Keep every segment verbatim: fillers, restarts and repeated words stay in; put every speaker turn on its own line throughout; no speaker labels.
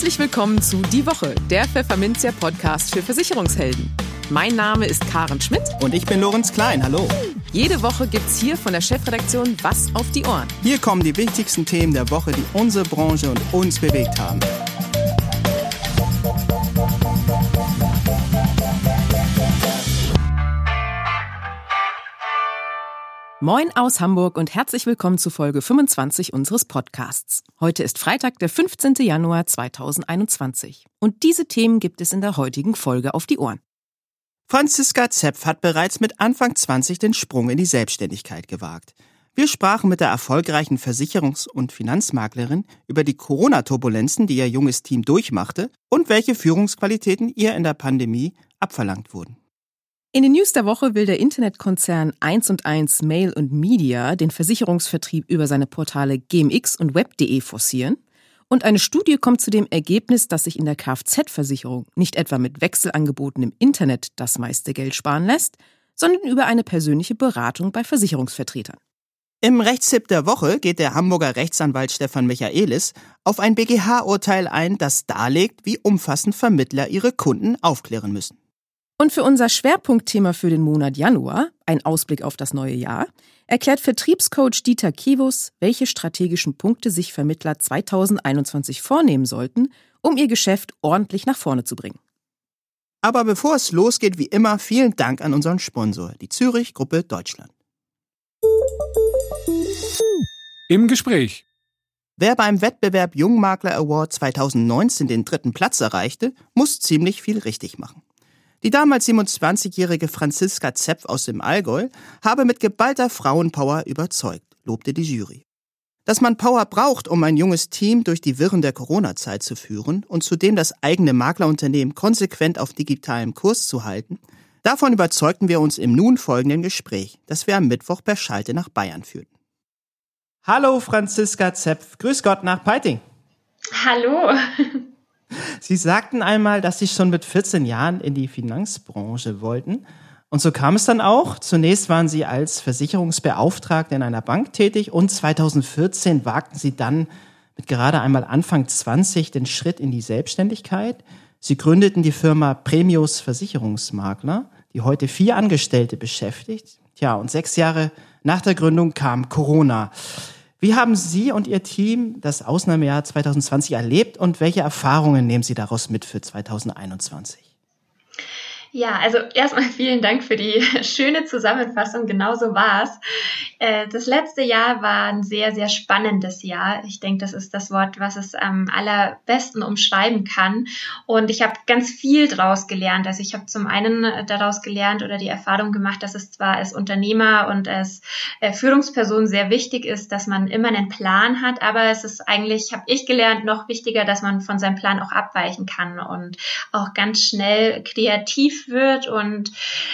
Herzlich willkommen zu Die Woche, der Pfefferminzia Podcast für Versicherungshelden. Mein Name ist Karen Schmidt.
Und ich bin Lorenz Klein, hallo.
Jede Woche gibt's hier von der Chefredaktion was auf die Ohren.
Hier kommen die wichtigsten Themen der Woche, die unsere Branche und uns bewegt haben.
Moin aus Hamburg und herzlich willkommen zu Folge fünfundzwanzig unseres Podcasts. Heute ist Freitag, der fünfzehnten Januar zweitausendeinundzwanzig. Und diese Themen gibt es in der heutigen Folge auf die Ohren.
Franziska Zepf hat bereits mit Anfang zwanzig den Sprung in die Selbstständigkeit gewagt. Wir sprachen mit der erfolgreichen Versicherungs- und Finanzmaklerin über die Corona-Turbulenzen, die ihr junges Team durchmachte und welche Führungsqualitäten ihr in der Pandemie abverlangt wurden.
In den News der Woche will der Internetkonzern eins und eins Mail und Media den Versicherungsvertrieb über seine Portale G M X und web punkt de forcieren. Und eine Studie kommt zu dem Ergebnis, dass sich in der Kfz-Versicherung nicht etwa mit Wechselangeboten im Internet das meiste Geld sparen lässt, sondern über eine persönliche Beratung bei Versicherungsvertretern.
Im Rechtstipp der Woche geht der Hamburger Rechtsanwalt Stefan Michaelis auf ein B G H-Urteil ein, das darlegt, wie umfassend Vermittler ihre Kunden aufklären müssen.
Und für unser Schwerpunktthema für den Monat Januar, ein Ausblick auf das neue Jahr, erklärt Vertriebscoach Dieter Kevus, welche strategischen Punkte sich Vermittler zweitausendeinundzwanzig vornehmen sollten, um ihr Geschäft ordentlich nach vorne zu bringen.
Aber bevor es losgeht, wie immer, vielen Dank an unseren Sponsor, die Zürich Gruppe Deutschland.
Im Gespräch.
Wer beim Wettbewerb Jungmakler Award zweitausendneunzehn den dritten Platz erreichte, muss ziemlich viel richtig machen. Die damals siebenundzwanzigjährige Franziska Zepf aus dem Allgäu habe mit geballter Frauenpower überzeugt, lobte die Jury. Dass man Power braucht, um ein junges Team durch die Wirren der Corona-Zeit zu führen und zudem das eigene Maklerunternehmen konsequent auf digitalem Kurs zu halten, davon überzeugten wir uns im nun folgenden Gespräch, das wir am Mittwoch per Schalte nach Bayern führten. Hallo Franziska Zepf, grüß Gott nach Peiting.
Hallo.
Sie sagten einmal, dass Sie schon mit vierzehn Jahren in die Finanzbranche wollten. Und so kam es dann auch. Zunächst waren Sie als Versicherungsbeauftragte in einer Bank tätig und zweitausendvierzehn wagten Sie dann mit gerade einmal Anfang zwanzig den Schritt in die Selbstständigkeit. Sie gründeten die Firma Premius Versicherungsmakler, die heute vier Angestellte beschäftigt. Tja, und sechs Jahre nach der Gründung kam Corona. Wie haben Sie und Ihr Team das Ausnahmejahr zweitausendzwanzig erlebt und welche Erfahrungen nehmen Sie daraus mit für zweitausendeinundzwanzig?
Ja, also erstmal vielen Dank für die schöne Zusammenfassung. Genau so war's. Das letzte Jahr war ein sehr, sehr spannendes Jahr. Ich denke, das ist das Wort, was es am allerbesten umschreiben kann. Und ich habe ganz viel daraus gelernt. Also ich habe zum einen daraus gelernt oder die Erfahrung gemacht, dass es zwar als Unternehmer und als Führungsperson sehr wichtig ist, dass man immer einen Plan hat, aber es ist eigentlich, habe ich gelernt, noch wichtiger, dass man von seinem Plan auch abweichen kann und auch ganz schnell kreativ wird und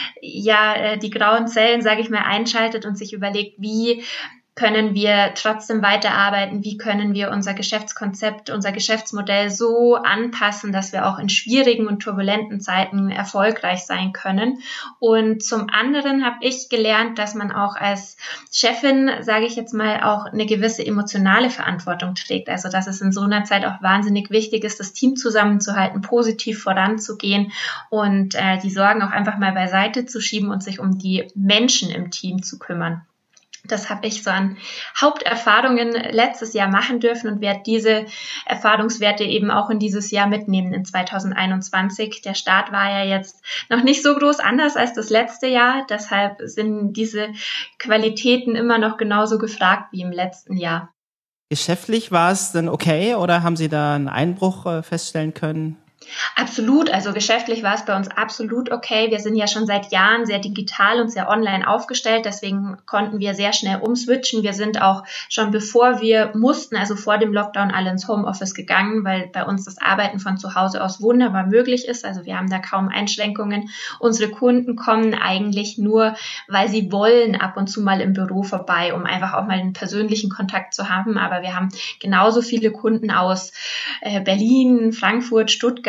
ja die grauen Zellen, sage ich mal, einschaltet und sich überlegt, wie können wir trotzdem weiterarbeiten, wie können wir unser Geschäftskonzept, unser Geschäftsmodell so anpassen, dass wir auch in schwierigen und turbulenten Zeiten erfolgreich sein können. Und zum anderen habe ich gelernt, dass man auch als Chefin, sage ich jetzt mal, auch eine gewisse emotionale Verantwortung trägt. Also dass es in so einer Zeit auch wahnsinnig wichtig ist, das Team zusammenzuhalten, positiv voranzugehen und äh, die Sorgen auch einfach mal beiseite zu schieben und sich um die Menschen im Team zu kümmern. Das habe ich so an Haupterfahrungen letztes Jahr machen dürfen und werde diese Erfahrungswerte eben auch in dieses Jahr mitnehmen in zweitausendeinundzwanzig. Der Start war ja jetzt noch nicht so groß anders als das letzte Jahr. Deshalb sind diese Qualitäten immer noch genauso gefragt wie im letzten Jahr.
Geschäftlich war es denn okay oder haben Sie da einen Einbruch feststellen können?
Absolut, also geschäftlich war es bei uns absolut okay. Wir sind ja schon seit Jahren sehr digital und sehr online aufgestellt, deswegen konnten wir sehr schnell umswitchen. Wir sind auch schon bevor wir mussten, also vor dem Lockdown, alle ins Homeoffice gegangen, weil bei uns das Arbeiten von zu Hause aus wunderbar möglich ist. Also wir haben da kaum Einschränkungen. Unsere Kunden kommen eigentlich nur, weil sie wollen, ab und zu mal im Büro vorbei, um einfach auch mal einen persönlichen Kontakt zu haben. Aber wir haben genauso viele Kunden aus Berlin, Frankfurt, Stuttgart,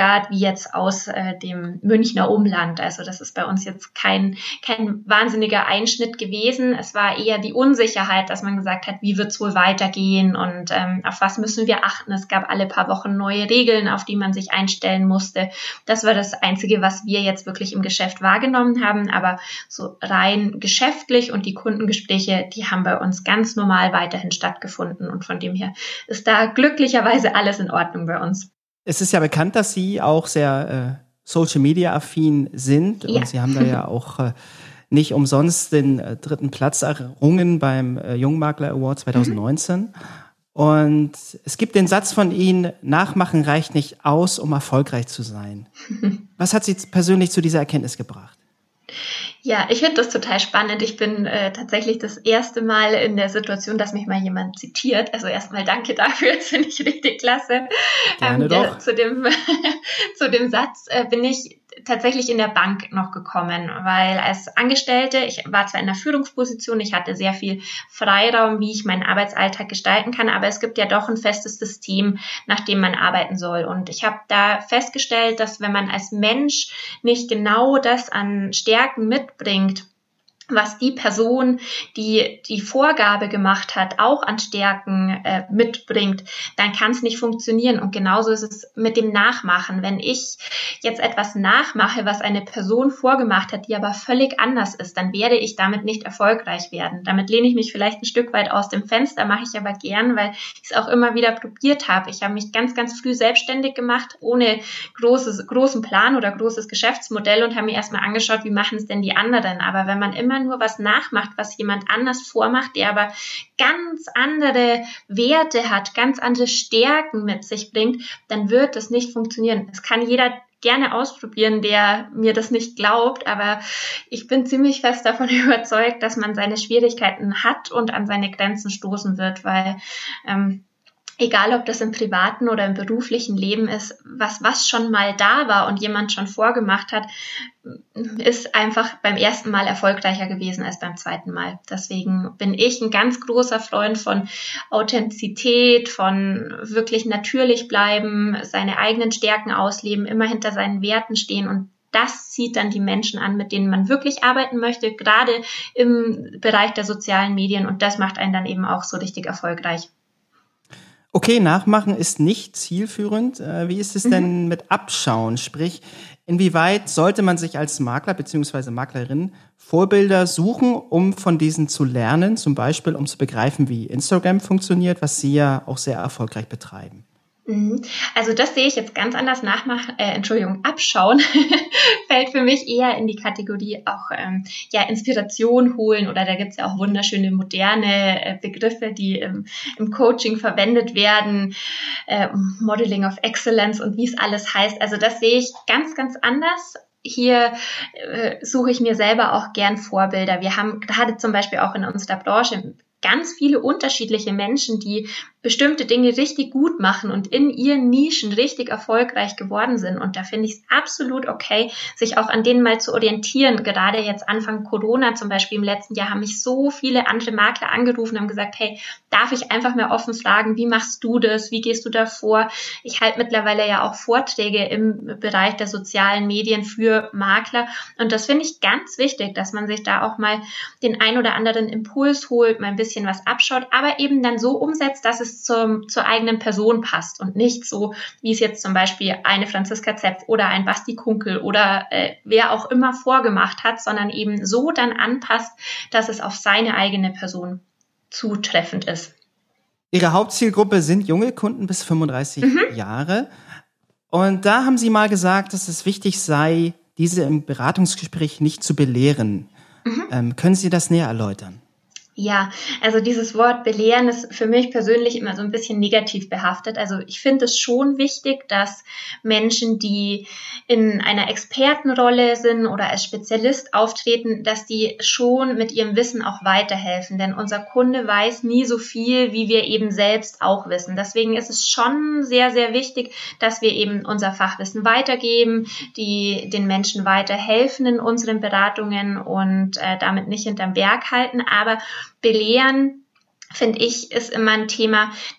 Stuttgart wie jetzt aus äh, dem Münchner Umland. Also das ist bei uns jetzt kein, kein wahnsinniger Einschnitt gewesen. Es war eher die Unsicherheit, dass man gesagt hat, wie wird es wohl weitergehen und ähm, auf was müssen wir achten. Es gab alle paar Wochen neue Regeln, auf die man sich einstellen musste. Das war das Einzige, was wir jetzt wirklich im Geschäft wahrgenommen haben. Aber so rein geschäftlich und die Kundengespräche, die haben bei uns ganz normal weiterhin stattgefunden. Und von dem her ist da glücklicherweise alles in Ordnung bei uns.
Es ist ja bekannt, dass Sie auch sehr äh, Social-Media-affin sind. Ja. Und Sie haben da ja auch äh, nicht umsonst den äh, dritten Platz errungen beim äh, Jungmakler Award zwanzig neunzehn. Mhm. Und es gibt den Satz von Ihnen, Nachmachen reicht nicht aus, um erfolgreich zu sein. Was hat Sie persönlich zu dieser Erkenntnis gebracht?
Ja, ich finde das total spannend. Ich bin äh, tatsächlich das erste Mal in der Situation, dass mich mal jemand zitiert. Also erstmal danke dafür, das finde ich richtig klasse.
Gerne
ähm,
doch.
Der, zu dem zu dem Satz äh, bin ich tatsächlich in der Bank noch gekommen, weil als Angestellte, ich war zwar in der Führungsposition, ich hatte sehr viel Freiraum, wie ich meinen Arbeitsalltag gestalten kann, aber es gibt ja doch ein festes System, nach dem man arbeiten soll. Und ich habe da festgestellt, dass wenn man als Mensch nicht genau das an Stärken mitbringt, was die Person, die die Vorgabe gemacht hat, auch an Stärken äh, mitbringt, dann kann es nicht funktionieren. Und genauso ist es mit dem Nachmachen. Wenn ich jetzt etwas nachmache, was eine Person vorgemacht hat, die aber völlig anders ist, dann werde ich damit nicht erfolgreich werden. Damit lehne ich mich vielleicht ein Stück weit aus dem Fenster, mache ich aber gern, weil ich es auch immer wieder probiert habe. Ich habe mich ganz, ganz früh selbstständig gemacht, ohne großes, großen Plan oder großes Geschäftsmodell und habe mir erstmal angeschaut, wie machen es denn die anderen. Aber wenn man immer nur was nachmacht, was jemand anders vormacht, der aber ganz andere Werte hat, ganz andere Stärken mit sich bringt, dann wird das nicht funktionieren. Das kann jeder gerne ausprobieren, der mir das nicht glaubt, aber ich bin ziemlich fest davon überzeugt, dass man seine Schwierigkeiten hat und an seine Grenzen stoßen wird, weil ähm, egal, ob das im privaten oder im beruflichen Leben ist, was, was schon mal da war und jemand schon vorgemacht hat, ist einfach beim ersten Mal erfolgreicher gewesen als beim zweiten Mal. Deswegen bin ich ein ganz großer Freund von Authentizität, von wirklich natürlich bleiben, seine eigenen Stärken ausleben, immer hinter seinen Werten stehen und das zieht dann die Menschen an, mit denen man wirklich arbeiten möchte, gerade im Bereich der sozialen Medien und das macht einen dann eben auch so richtig erfolgreich.
Okay, Nachmachen ist nicht zielführend. Wie ist es mhm. denn mit Abschauen? Sprich, inwieweit sollte man sich als Makler bzw. Maklerin Vorbilder suchen, um von diesen zu lernen, zum Beispiel um zu begreifen, wie Instagram funktioniert, was Sie ja auch sehr erfolgreich betreiben?
Also das sehe ich jetzt ganz anders. Nachmachen, äh, Entschuldigung, Abschauen fällt für mich eher in die Kategorie auch ähm, ja Inspiration holen oder da gibt es ja auch wunderschöne moderne äh, Begriffe, die im, im Coaching verwendet werden, äh, Modeling of Excellence und wie es alles heißt. Also das sehe ich ganz, ganz anders. Hier äh, suche ich mir selber auch gern Vorbilder. Wir haben gerade zum Beispiel auch in unserer Branche ganz viele unterschiedliche Menschen, die bestimmte Dinge richtig gut machen und in ihren Nischen richtig erfolgreich geworden sind. Und da finde ich es absolut okay, sich auch an denen mal zu orientieren. Gerade jetzt Anfang Corona zum Beispiel im letzten Jahr haben mich so viele andere Makler angerufen und haben gesagt, hey, darf ich einfach mal offen fragen, wie machst du das? Wie gehst du da vor? Ich halte mittlerweile ja auch Vorträge im Bereich der sozialen Medien für Makler. Und das finde ich ganz wichtig, dass man sich da auch mal den ein oder anderen Impuls holt, mal ein bisschen was abschaut, aber eben dann so umsetzt, dass es zum, zur eigenen Person passt und nicht so, wie es jetzt zum Beispiel eine Franziska Zepf oder ein Basti Kunkel oder äh, wer auch immer vorgemacht hat, sondern eben so dann anpasst, dass es auf seine eigene Person zutreffend ist.
Ihre Hauptzielgruppe sind junge Kunden bis fünfunddreißig mhm. Jahre. Und da haben Sie mal gesagt, dass es wichtig sei, diese im Beratungsgespräch nicht zu belehren. Mhm. Ähm, können Sie das näher erläutern?
Ja, also dieses Wort belehren ist für mich persönlich immer so ein bisschen negativ behaftet. Also ich finde es schon wichtig, dass Menschen, die in einer Expertenrolle sind oder als Spezialist auftreten, dass die schon mit ihrem Wissen auch weiterhelfen. Denn unser Kunde weiß nie so viel, wie wir eben selbst auch wissen. Deswegen ist es schon sehr, sehr wichtig, dass wir eben unser Fachwissen weitergeben, die den Menschen weiterhelfen in unseren Beratungen und äh, damit nicht hinterm Berg halten. Aber belehren, finde ich, ist immer ein Thema.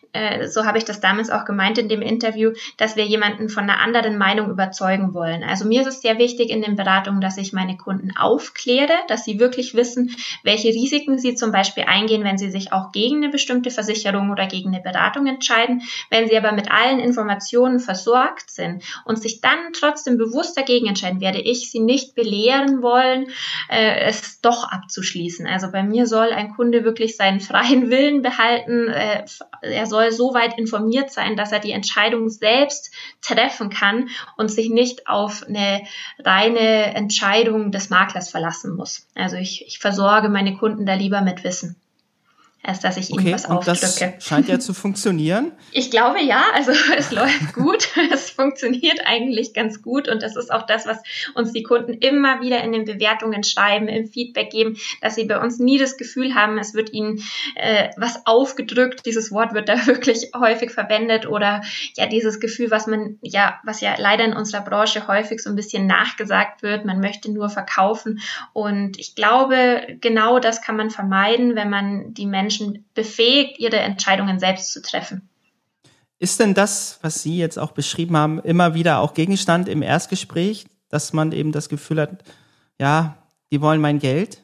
äh, so habe ich das damals auch gemeint in dem Interview, dass wir jemanden von einer anderen Meinung überzeugen wollen. Also mir ist es sehr wichtig in den Beratungen, dass ich meine Kunden aufkläre, dass sie wirklich wissen, welche Risiken sie zum Beispiel eingehen, wenn sie sich auch gegen eine bestimmte Versicherung oder gegen eine Beratung entscheiden. Wenn sie aber mit allen Informationen versorgt sind und sich dann trotzdem bewusst dagegen entscheiden, werde ich sie nicht belehren wollen, äh, es doch abzuschließen. Also bei mir soll ein Kunde wirklich seinen freien Willen behalten. Äh, er soll so weit informiert sein, dass er die Entscheidung selbst treffen kann und sich nicht auf eine reine Entscheidung des Maklers verlassen muss. Also ich, ich versorge meine Kunden da lieber mit Wissen, als dass ich ihnen
okay,
was
und
aufdrücke.
Das scheint ja zu funktionieren.
Ich glaube ja, also es läuft gut, es funktioniert eigentlich ganz gut und das ist auch das, was uns die Kunden immer wieder in den Bewertungen schreiben, im Feedback geben, dass sie bei uns nie das Gefühl haben, es wird ihnen äh, was aufgedrückt, dieses Wort wird da wirklich häufig verwendet oder ja dieses Gefühl, was man ja, was ja leider in unserer Branche häufig so ein bisschen nachgesagt wird, man möchte nur verkaufen und ich glaube, genau das kann man vermeiden, wenn man die Menschen befähigt, ihre Entscheidungen selbst zu treffen.
Ist denn das, was Sie jetzt auch beschrieben haben, immer wieder auch Gegenstand im Erstgespräch, dass man eben das Gefühl hat, ja, die wollen mein Geld?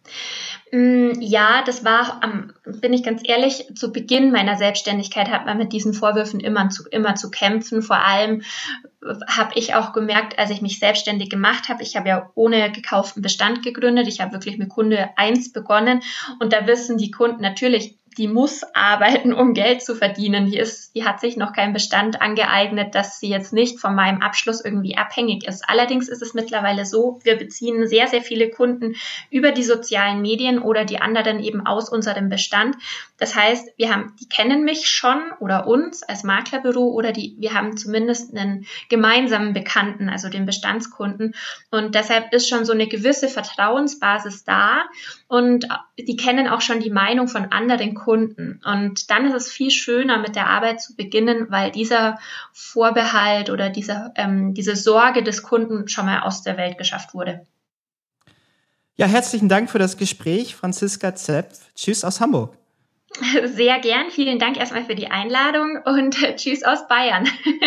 Ja, das war, bin ich ganz ehrlich, zu Beginn meiner Selbstständigkeit hat man mit diesen Vorwürfen immer zu, immer zu kämpfen. Vor allem habe ich auch gemerkt, als ich mich selbstständig gemacht habe, ich habe ja ohne gekauften Bestand gegründet, ich habe wirklich mit Kunde eins begonnen und da wissen die Kunden natürlich, die muss arbeiten, um Geld zu verdienen. Die ist, die hat sich noch keinen Bestand angeeignet, dass sie jetzt nicht von meinem Abschluss irgendwie abhängig ist. Allerdings ist es mittlerweile so, wir beziehen sehr, sehr viele Kunden über die sozialen Medien oder die anderen eben aus unserem Bestand. Das heißt, wir haben, die kennen mich schon oder uns als Maklerbüro oder die, wir haben zumindest einen gemeinsamen Bekannten, also den Bestandskunden. Und deshalb ist schon so eine gewisse Vertrauensbasis da und die kennen auch schon die Meinung von anderen Kunden. Und dann ist es viel schöner, mit der Arbeit zu beginnen, weil dieser Vorbehalt oder diese, ähm, diese Sorge des Kunden schon mal aus der Welt geschafft wurde.
Ja, herzlichen Dank für das Gespräch, Franziska Zepf. Tschüss aus Hamburg.
Sehr gern. Vielen Dank erstmal für die Einladung und tschüss aus Bayern.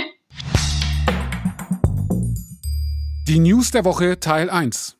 Die News der Woche Teil eins.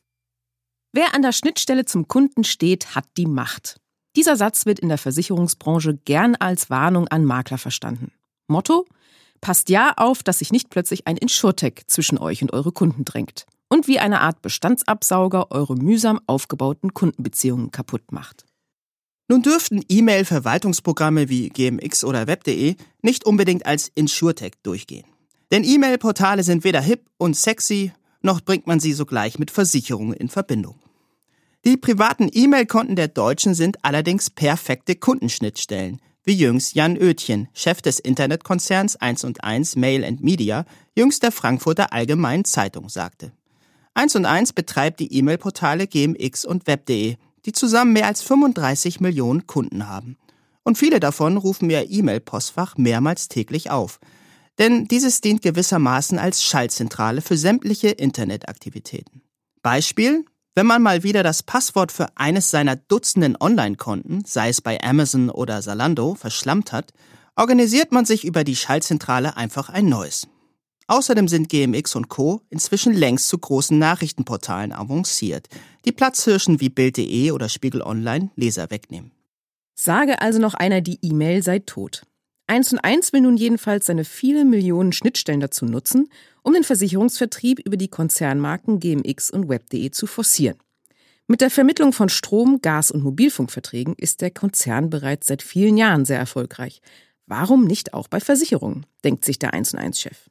Wer an der Schnittstelle zum Kunden steht, hat die Macht. Dieser Satz wird in der Versicherungsbranche gern als Warnung an Makler verstanden. Motto: Passt ja auf, dass sich nicht plötzlich ein Insurtech zwischen euch und eure Kunden drängt und wie eine Art Bestandsabsauger eure mühsam aufgebauten Kundenbeziehungen kaputt macht.
Nun dürften E-Mail-Verwaltungsprogramme wie G M X oder Web punkt de nicht unbedingt als Insurtech durchgehen. Denn E-Mail-Portale sind weder hip und sexy, noch bringt man sie sogleich mit Versicherungen in Verbindung. Die privaten E-Mail-Konten der Deutschen sind allerdings perfekte Kundenschnittstellen, wie jüngst Jan Oetjen, Chef des Internetkonzerns eins und eins Mail and Media, jüngst der Frankfurter Allgemeinen Zeitung sagte. eins und eins betreibt die E-Mail-Portale G M X und Web punkt de, die zusammen mehr als fünfunddreißig Millionen Kunden haben. Und viele davon rufen ihr E-Mail-Postfach mehrmals täglich auf. Denn dieses dient gewissermaßen als Schaltzentrale für sämtliche Internetaktivitäten. Beispiel: Wenn man mal wieder das Passwort für eines seiner Dutzenden Online-Konten, sei es bei Amazon oder Zalando, verschlammt hat, organisiert man sich über die Schaltzentrale einfach ein neues. Außerdem sind G M X und Co. inzwischen längst zu großen Nachrichtenportalen avanciert, die Platzhirschen wie Bild punkt de oder Spiegel Online Leser wegnehmen.
Sage also noch einer, die E-Mail sei tot. eins und eins will nun jedenfalls seine vielen Millionen Schnittstellen dazu nutzen, um den Versicherungsvertrieb über die Konzernmarken G M X und Web punkt de zu forcieren. Mit der Vermittlung von Strom-, Gas- und Mobilfunkverträgen ist der Konzern bereits seit vielen Jahren sehr erfolgreich. Warum nicht auch bei Versicherungen, denkt sich der eins und eins-Chef.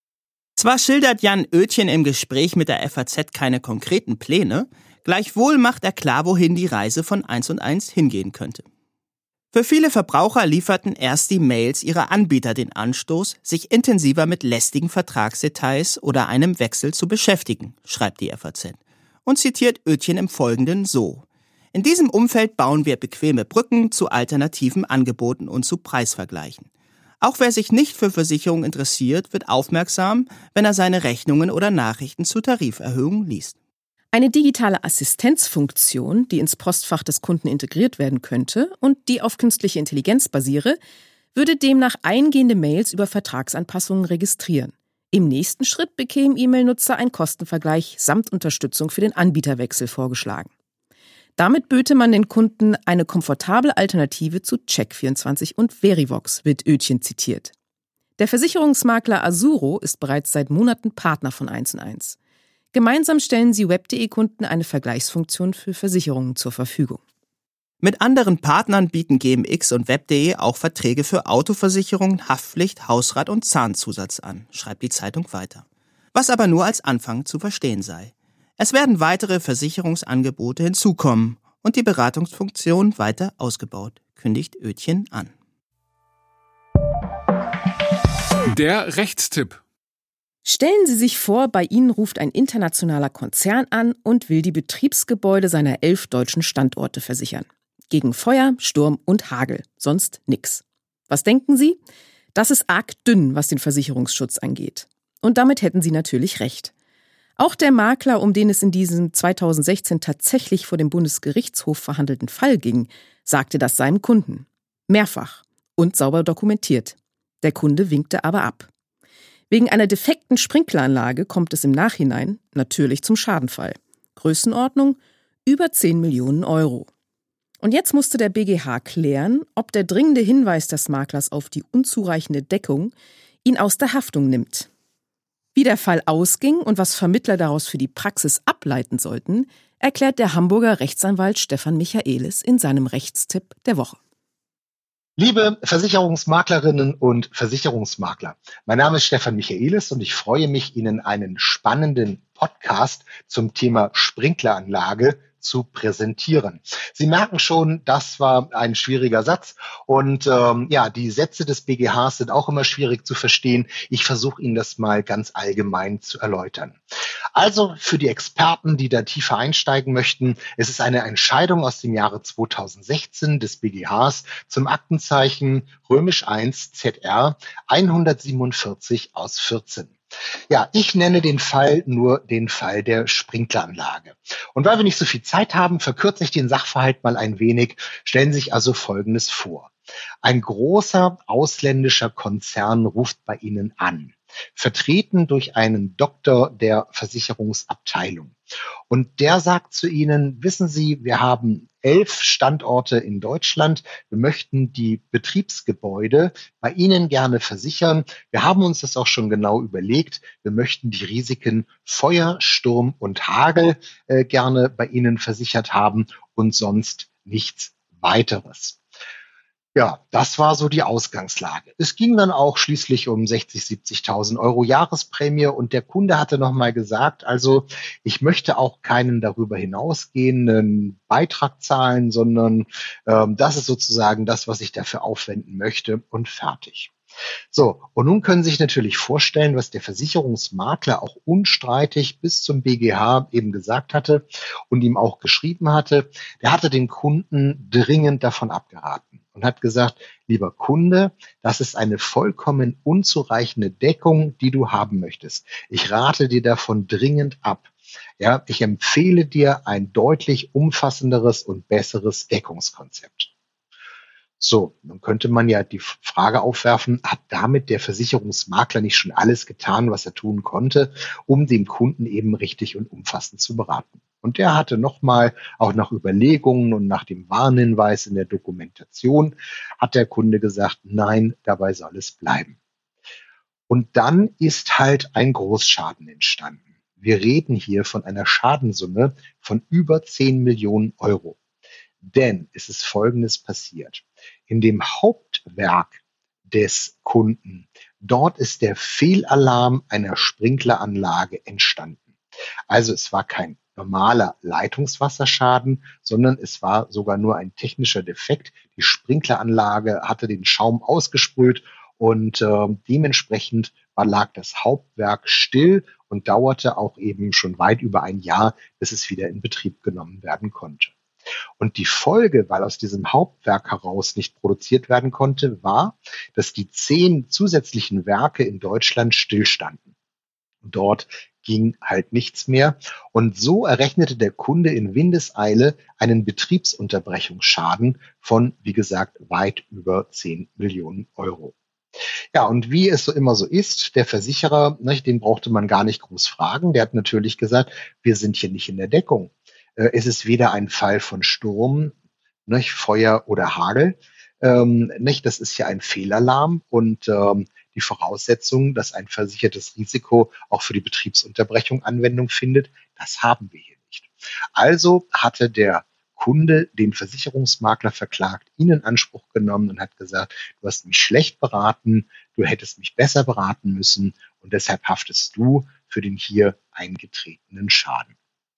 Zwar schildert Jan Oetjen im Gespräch mit der F A Z keine konkreten Pläne, gleichwohl macht er klar, wohin die Reise von eins und eins hingehen könnte. Für viele Verbraucher lieferten erst die Mails ihrer Anbieter den Anstoß, sich intensiver mit lästigen Vertragsdetails oder einem Wechsel zu beschäftigen, schreibt die F A Z und zitiert Oetjen im Folgenden so: In diesem Umfeld bauen wir bequeme Brücken zu alternativen Angeboten und zu Preisvergleichen. Auch wer sich nicht für Versicherungen interessiert, wird aufmerksam, wenn er seine Rechnungen oder Nachrichten zu Tariferhöhungen liest.
Eine digitale Assistenzfunktion, die ins Postfach des Kunden integriert werden könnte und die auf künstliche Intelligenz basiere, würde demnach eingehende Mails über Vertragsanpassungen registrieren. Im nächsten Schritt bekämen E-Mail-Nutzer einen Kostenvergleich samt Unterstützung für den Anbieterwechsel vorgeschlagen. Damit böte man den Kunden eine komfortable Alternative zu Check vierundzwanzig und Verivox, wird Oetjen zitiert. Der Versicherungsmakler Azuro ist bereits seit Monaten Partner von eins und eins. Gemeinsam stellen sie web punkt de-Kunden eine Vergleichsfunktion für Versicherungen zur Verfügung.
Mit anderen Partnern bieten G M X und web punkt de auch Verträge für Autoversicherungen, Haftpflicht, Hausrat und Zahnzusatz an, schreibt die Zeitung weiter. Was aber nur als Anfang zu verstehen sei. Es werden weitere Versicherungsangebote hinzukommen und die Beratungsfunktion weiter ausgebaut, kündigt Oetjen an.
Der Rechtstipp.
Stellen Sie sich vor, bei Ihnen ruft ein internationaler Konzern an und will die Betriebsgebäude seiner elf deutschen Standorte versichern. Gegen Feuer, Sturm und Hagel, sonst nix. Was denken Sie? Das ist arg dünn, was den Versicherungsschutz angeht. Und damit hätten Sie natürlich recht. Auch der Makler, um den es in diesem zweitausendsechzehn tatsächlich vor dem Bundesgerichtshof verhandelten Fall ging, sagte das seinem Kunden. Mehrfach und sauber dokumentiert. Der Kunde winkte aber ab. Wegen einer defekten Sprinkleranlage kommt es im Nachhinein natürlich zum Schadenfall. Größenordnung über zehn Millionen Euro. Und jetzt musste der B G H klären, ob der dringende Hinweis des Maklers auf die unzureichende Deckung ihn aus der Haftung nimmt. Wie der Fall ausging und was Vermittler daraus für die Praxis ableiten sollten, erklärt der Hamburger Rechtsanwalt Stefan Michaelis in seinem Rechtstipp der Woche.
Liebe Versicherungsmaklerinnen und Versicherungsmakler, mein Name ist Stefan Michaelis und ich freue mich, Ihnen einen spannenden Podcast zum Thema Sprinkleranlage zu präsentieren. Sie merken schon, das war ein schwieriger Satz und ähm, ja, die Sätze des B G Hs sind auch immer schwierig zu verstehen. Ich versuche Ihnen das mal ganz allgemein zu erläutern. Also für die Experten, die da tiefer einsteigen möchten, es ist eine Entscheidung aus dem Jahre zweitausendsechzehn des B G Hs zum Aktenzeichen römisch eins Z R hundertsiebenundvierzig aus vierzehn. Ja, ich nenne den Fall nur den Fall der Sprinkleranlage. Und weil wir nicht so viel Zeit haben, verkürze ich den Sachverhalt mal ein wenig. Stellen Sie sich also Folgendes vor. Ein großer ausländischer Konzern ruft bei Ihnen an, vertreten durch einen Doktor der Versicherungsabteilung. Und der sagt zu Ihnen, wissen Sie, wir haben elf Standorte in Deutschland. Wir möchten die Betriebsgebäude bei Ihnen gerne versichern. Wir haben uns das auch schon genau überlegt. Wir möchten die Risiken Feuer, Sturm und Hagel äh, gerne bei Ihnen versichert haben und sonst nichts weiteres. Ja, das war so die Ausgangslage. Es ging dann auch schließlich um sechzig, siebzigtausend Euro Jahresprämie und der Kunde hatte nochmal gesagt, also ich möchte auch keinen darüber hinausgehenden Beitrag zahlen, sondern ähm, das ist sozusagen das, was ich dafür aufwenden möchte und fertig. So, und nun können Sie sich natürlich vorstellen, was der Versicherungsmakler auch unstreitig bis zum B G H eben gesagt hatte und ihm auch geschrieben hatte. Der hatte den Kunden dringend davon abgeraten und hat gesagt, lieber Kunde, das ist eine vollkommen unzureichende Deckung, die du haben möchtest. Ich rate dir davon dringend ab. Ja, ich empfehle dir ein deutlich umfassenderes und besseres Deckungskonzept. So, nun könnte man ja die Frage aufwerfen, hat damit der Versicherungsmakler nicht schon alles getan, was er tun konnte, um den Kunden eben richtig und umfassend zu beraten? Und der hatte nochmal, auch nach Überlegungen und nach dem Warnhinweis in der Dokumentation, hat der Kunde gesagt, nein, dabei soll es bleiben. Und dann ist halt ein Großschaden entstanden. Wir reden hier von einer Schadensumme von über zehn Millionen Euro. Denn es ist Folgendes passiert. In dem Hauptwerk des Kunden, dort ist der Fehlalarm einer Sprinkleranlage entstanden. Also es war kein normaler Leitungswasserschaden, sondern es war sogar nur ein technischer Defekt. Die Sprinkleranlage hatte den Schaum ausgesprüht und äh, dementsprechend war, lag das Hauptwerk still und dauerte auch eben schon weit über ein Jahr, bis es wieder in Betrieb genommen werden konnte. Und die Folge, weil aus diesem Hauptwerk heraus nicht produziert werden konnte, war, dass die zehn zusätzlichen Werke in Deutschland stillstanden. Dort ging halt nichts mehr. Und so errechnete der Kunde in Windeseile einen Betriebsunterbrechungsschaden von, wie gesagt, weit über zehn Millionen Euro. Ja, und wie es so immer so ist, der Versicherer, ne, den brauchte man gar nicht groß fragen. Der hat natürlich gesagt, wir sind hier nicht in der Deckung. Äh, es ist weder ein Fall von Sturm, ne, Feuer oder Hagel. Ähm, nicht, das ist ja ein Fehlalarm und ähm, die Voraussetzung, dass ein versichertes Risiko auch für die Betriebsunterbrechung Anwendung findet, das haben wir hier nicht. Also hatte der Kunde den Versicherungsmakler verklagt, ihn in Anspruch genommen und hat gesagt, du hast mich schlecht beraten, du hättest mich besser beraten müssen und deshalb haftest du für den hier eingetretenen Schaden.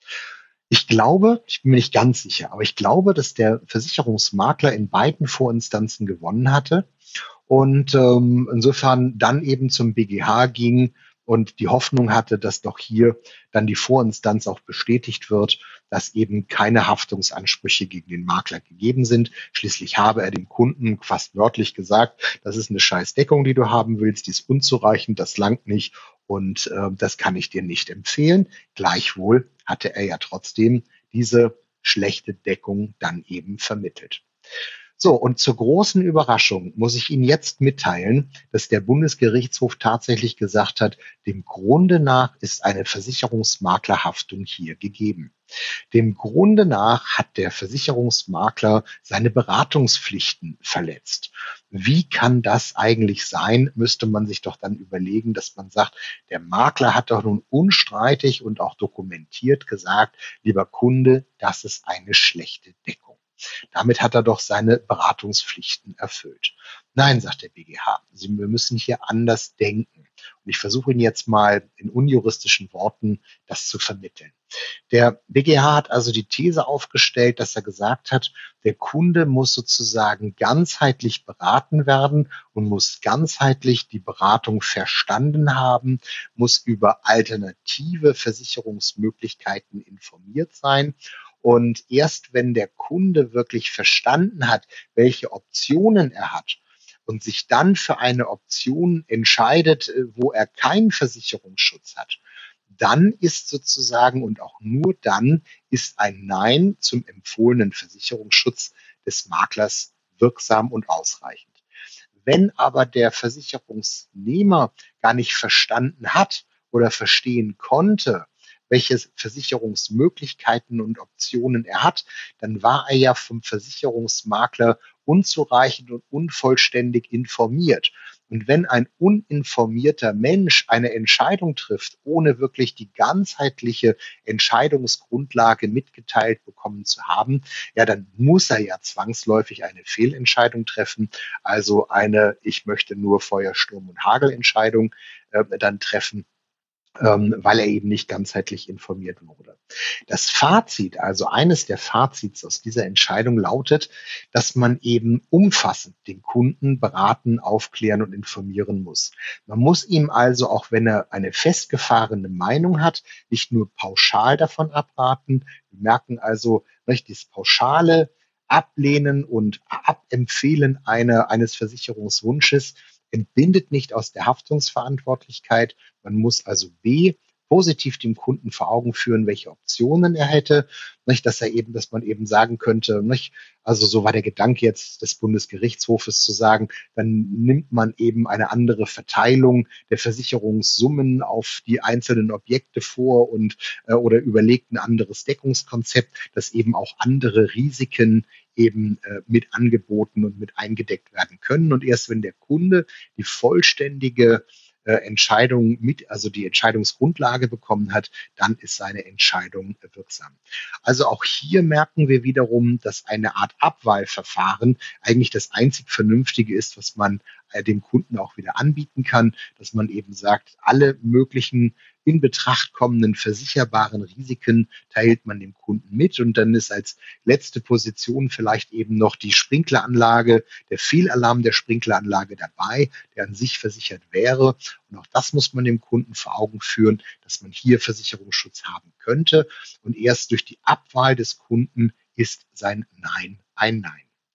Ich glaube, ich bin mir nicht ganz sicher, aber ich glaube, dass der Versicherungsmakler in beiden Vorinstanzen gewonnen hatte und ähm, insofern dann eben zum B G H ging und die Hoffnung hatte, dass doch hier dann die Vorinstanz auch bestätigt wird, dass eben keine Haftungsansprüche gegen den Makler gegeben sind. Schließlich habe er dem Kunden fast wörtlich gesagt, das ist eine Scheißdeckung, die du haben willst, die ist unzureichend, das langt nicht und äh, das kann ich dir nicht empfehlen. Gleichwohl hatte er ja trotzdem diese schlechte Deckung dann eben vermittelt. So, und zur großen Überraschung muss ich Ihnen jetzt mitteilen, dass der Bundesgerichtshof tatsächlich gesagt hat, dem Grunde nach ist eine Versicherungsmaklerhaftung hier gegeben. Dem Grunde nach hat der Versicherungsmakler seine Beratungspflichten verletzt. Wie kann das eigentlich sein, müsste man sich doch dann überlegen, dass man sagt, der Makler hat doch nun unstreitig und auch dokumentiert gesagt, lieber Kunde, das ist eine schlechte Deckung. Damit hat er doch seine Beratungspflichten erfüllt. Nein, sagt der B G H, wir müssen hier anders denken. Und ich versuche Ihnen jetzt mal in unjuristischen Worten das zu vermitteln. Der B G H hat also die These aufgestellt, dass er gesagt hat, der Kunde muss sozusagen ganzheitlich beraten werden und muss ganzheitlich die Beratung verstanden haben, muss über alternative Versicherungsmöglichkeiten informiert sein. Und erst wenn der Kunde wirklich verstanden hat, welche Optionen er hat und sich dann für eine Option entscheidet, wo er keinen Versicherungsschutz hat, dann ist sozusagen und auch nur dann ist ein Nein zum empfohlenen Versicherungsschutz des Maklers wirksam und ausreichend. Wenn aber der Versicherungsnehmer gar nicht verstanden hat oder verstehen konnte, welche Versicherungsmöglichkeiten und Optionen er hat, dann war er ja vom Versicherungsmakler unzureichend und unvollständig informiert. Und wenn ein uninformierter Mensch eine Entscheidung trifft, ohne wirklich die ganzheitliche Entscheidungsgrundlage mitgeteilt bekommen zu haben, ja, dann muss er ja zwangsläufig eine Fehlentscheidung treffen, also eine ich möchte nur Feuer, Sturm und Hagel-Entscheidung äh, dann treffen, ähm, weil er eben nicht ganzheitlich informiert wurde. Das Fazit, also eines der Fazits aus dieser Entscheidung lautet, dass man eben umfassend den Kunden beraten, aufklären und informieren muss. Man muss ihm also, auch wenn er eine festgefahrene Meinung hat, nicht nur pauschal davon abraten. Wir merken also, nicht, das pauschale Ablehnen und Abempfehlen einer, eines Versicherungswunsches entbindet nicht aus der Haftungsverantwortlichkeit. Man muss also B, positiv dem Kunden vor Augen führen, welche Optionen er hätte, nicht, dass er eben, dass man eben sagen könnte, nicht, also so war der Gedanke jetzt des Bundesgerichtshofes zu sagen, dann nimmt man eben eine andere Verteilung der Versicherungssummen auf die einzelnen Objekte vor und äh, oder überlegt ein anderes Deckungskonzept, das eben auch andere Risiken eben äh, mit angeboten und mit eingedeckt werden können. Und erst wenn der Kunde die vollständige äh, Entscheidung mit, also die Entscheidungsgrundlage bekommen hat, dann ist seine Entscheidung äh, wirksam. Also auch hier merken wir wiederum, dass eine Art Abwahlverfahren eigentlich das einzig Vernünftige ist, was man äh, dem Kunden auch wieder anbieten kann, dass man eben sagt, alle möglichen in Betracht kommenden versicherbaren Risiken teilt man dem Kunden mit und dann ist als letzte Position vielleicht eben noch die Sprinkleranlage, der Fehlalarm der Sprinkleranlage dabei, der an sich versichert wäre. Und auch das muss man dem Kunden vor Augen führen, dass man hier Versicherungsschutz haben könnte. Und erst durch die Abwahl des Kunden ist sein Nein ein Nein.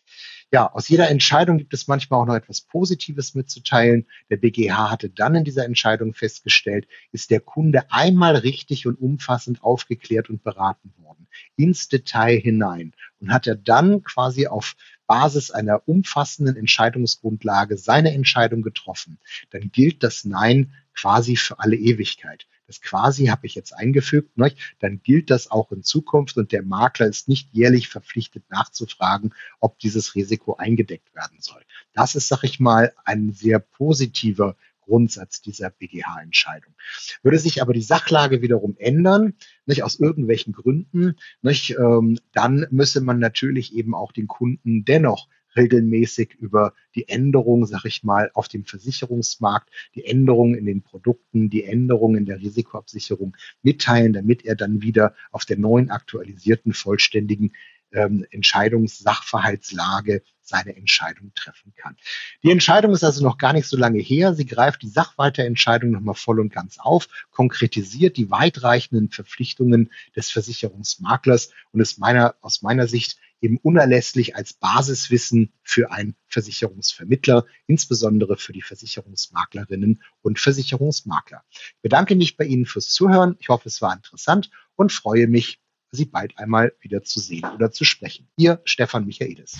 Ja, aus jeder Entscheidung gibt es manchmal auch noch etwas Positives mitzuteilen. Der B G H hatte dann in dieser Entscheidung festgestellt, ist der Kunde einmal richtig und umfassend aufgeklärt und beraten worden, ins Detail hinein, und hat er dann quasi auf Basis einer umfassenden Entscheidungsgrundlage seine Entscheidung getroffen, dann gilt das Nein quasi für alle Ewigkeit. Das quasi habe ich jetzt eingefügt, ne? Dann gilt das auch in Zukunft und der Makler ist nicht jährlich verpflichtet nachzufragen, ob dieses Risiko eingedeckt werden soll. Das ist, sag ich mal, ein sehr positiver Grundsatz dieser B G H-Entscheidung. Würde sich aber die Sachlage wiederum ändern, nicht aus irgendwelchen Gründen, nicht, ähm, dann müsse man natürlich eben auch den Kunden dennoch regelmäßig über die Änderungen, sag ich mal, auf dem Versicherungsmarkt, die Änderungen in den Produkten, die Änderungen in der Risikoabsicherung mitteilen, damit er dann wieder auf der neuen, aktualisierten, vollständigen ähm, Entscheidungssachverhaltslage seine Entscheidung treffen kann. Die Entscheidung ist also noch gar nicht so lange her. Sie greift die Sachwalterentscheidung nochmal voll und ganz auf, konkretisiert die weitreichenden Verpflichtungen des Versicherungsmaklers und ist meiner, aus meiner Sicht eben unerlässlich als Basiswissen für einen Versicherungsvermittler, insbesondere für die Versicherungsmaklerinnen und Versicherungsmakler. Ich bedanke mich bei Ihnen fürs Zuhören. Ich hoffe, es war interessant und freue mich, Sie bald einmal wieder zu sehen oder zu sprechen. Ihr Stefan Michaelis.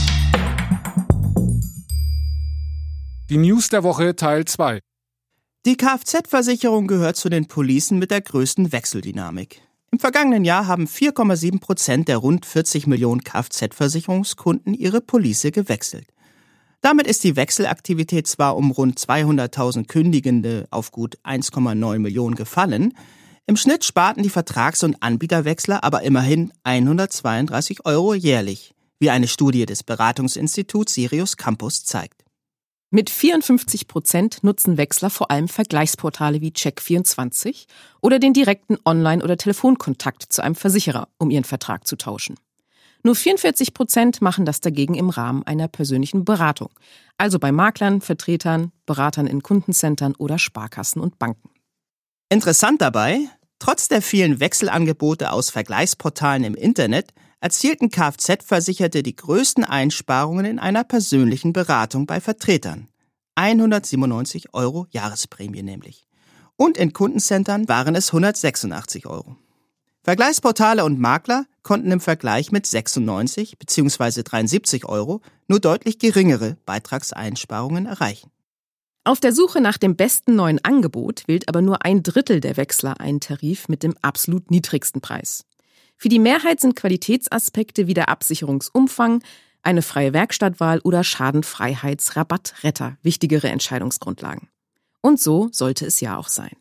Die News der Woche Teil zwei.
Die Kfz-Versicherung gehört zu den Policen mit der größten Wechseldynamik. Im vergangenen Jahr haben vier Komma sieben Prozent der rund vierzig Millionen Kfz-Versicherungskunden ihre Police gewechselt. Damit ist die Wechselaktivität zwar um rund zweihunderttausend Kündigende auf gut eins Komma neun Millionen gefallen, im Schnitt sparten die Vertrags- und Anbieterwechsler aber immerhin hundertzweiunddreißig Euro jährlich, wie eine Studie des Beratungsinstituts Sirius Campus zeigt.
Mit vierundfünfzig Prozent nutzen Wechsler vor allem Vergleichsportale wie Check vierundzwanzig oder den direkten Online- oder Telefonkontakt zu einem Versicherer, um ihren Vertrag zu tauschen. Nur vierundvierzig Prozent machen das dagegen im Rahmen einer persönlichen Beratung, also bei Maklern, Vertretern, Beratern in Kundencentern oder Sparkassen und Banken.
Interessant dabei, trotz der vielen Wechselangebote aus Vergleichsportalen im Internet erzielten Kfz-Versicherte die größten Einsparungen in einer persönlichen Beratung bei Vertretern. hundertsiebenundneunzig Euro Jahresprämie nämlich. Und in Kundencentern waren es hundertsechsundachtzig Euro. Vergleichsportale und Makler konnten im Vergleich mit sechsundneunzig bzw. dreiundsiebzig Euro nur deutlich geringere Beitragseinsparungen erreichen.
Auf der Suche nach dem besten neuen Angebot wählt aber nur ein Drittel der Wechsler einen Tarif mit dem absolut niedrigsten Preis. Für die Mehrheit sind Qualitätsaspekte wie der Absicherungsumfang, eine freie Werkstattwahl oder Schadenfreiheitsrabattretter wichtigere Entscheidungsgrundlagen. Und so sollte es ja auch sein.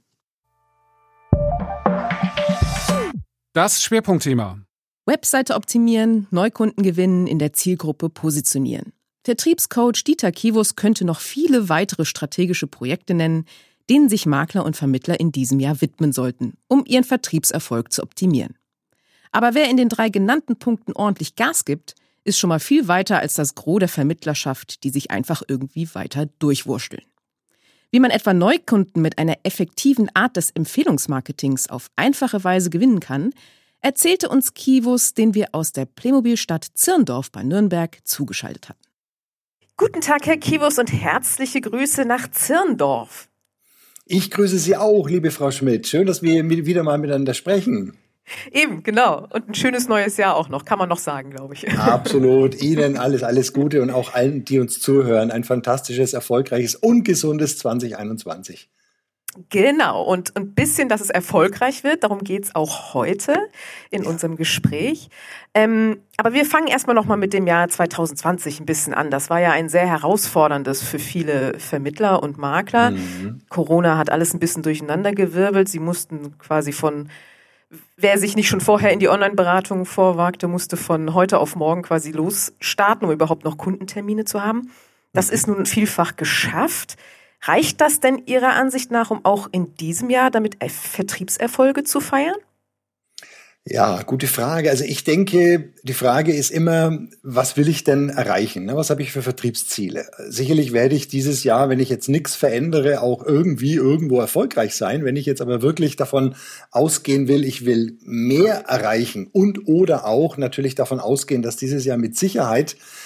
Das Schwerpunktthema.
Webseite optimieren, Neukunden gewinnen, in der Zielgruppe positionieren. Vertriebscoach Dieter Kivus könnte noch viele weitere strategische Projekte nennen, denen sich Makler und Vermittler in diesem Jahr widmen sollten, um ihren Vertriebserfolg zu optimieren. Aber wer in den drei genannten Punkten ordentlich Gas gibt, ist schon mal viel weiter als das Gros der Vermittlerschaft, die sich einfach irgendwie weiter durchwursteln. Wie man etwa Neukunden mit einer effektiven Art des Empfehlungsmarketings auf einfache Weise gewinnen kann, erzählte uns Kivus, den wir aus der Playmobil-Stadt Zirndorf bei Nürnberg zugeschaltet hatten.
Guten Tag, Herr Kivus, und herzliche Grüße nach Zirndorf.
Ich grüße Sie auch, liebe Frau Schmidt. Schön, dass wir wieder mal miteinander sprechen.
Eben, genau. Und ein schönes neues Jahr auch noch, kann man noch sagen, glaube ich.
Absolut. Ihnen alles, alles Gute und auch allen, die uns zuhören, ein fantastisches, erfolgreiches und gesundes zwanzig einundzwanzig.
Genau, und ein bisschen, dass es erfolgreich wird, darum geht's auch heute in ja. unserem Gespräch. Ähm, aber wir fangen erstmal nochmal mit dem Jahr zwanzig zwanzig ein bisschen an. Das war ja ein sehr herausforderndes für viele Vermittler und Makler. Mhm. Corona hat alles ein bisschen durcheinandergewirbelt. Sie mussten quasi von, wer sich nicht schon vorher in die Online-Beratung vorwagte, musste von heute auf morgen quasi losstarten, um überhaupt noch Kundentermine zu haben. Das mhm. ist nun vielfach geschafft. Reicht das denn Ihrer Ansicht nach, um auch in diesem Jahr damit Vertriebserfolge zu feiern?
Ja, gute Frage. Also ich denke, die Frage ist immer, was will ich denn erreichen? Was habe ich für Vertriebsziele? Sicherlich werde ich dieses Jahr, wenn ich jetzt nichts verändere, auch irgendwie irgendwo erfolgreich sein. Wenn ich jetzt aber wirklich davon ausgehen will, ich will mehr erreichen und oder auch natürlich davon ausgehen, dass dieses Jahr mit Sicherheit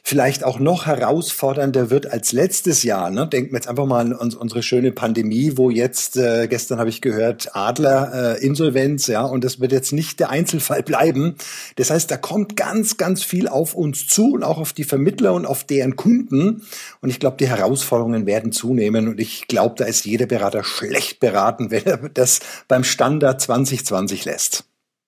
vielleicht auch noch herausfordernder wird als letztes Jahr. Ne? Denken wir jetzt einfach mal an uns, unsere schöne Pandemie, wo jetzt, äh, gestern habe ich gehört, Adler, äh, Insolvenz, ja, und das wird jetzt nicht der Einzelfall bleiben. Das heißt, da kommt ganz, ganz viel auf uns zu und auch auf die Vermittler und auf deren Kunden. Und ich glaube, die Herausforderungen werden zunehmen. Und ich glaube, da ist jeder Berater schlecht beraten, wenn er das beim Standard zwanzig zwanzig lässt.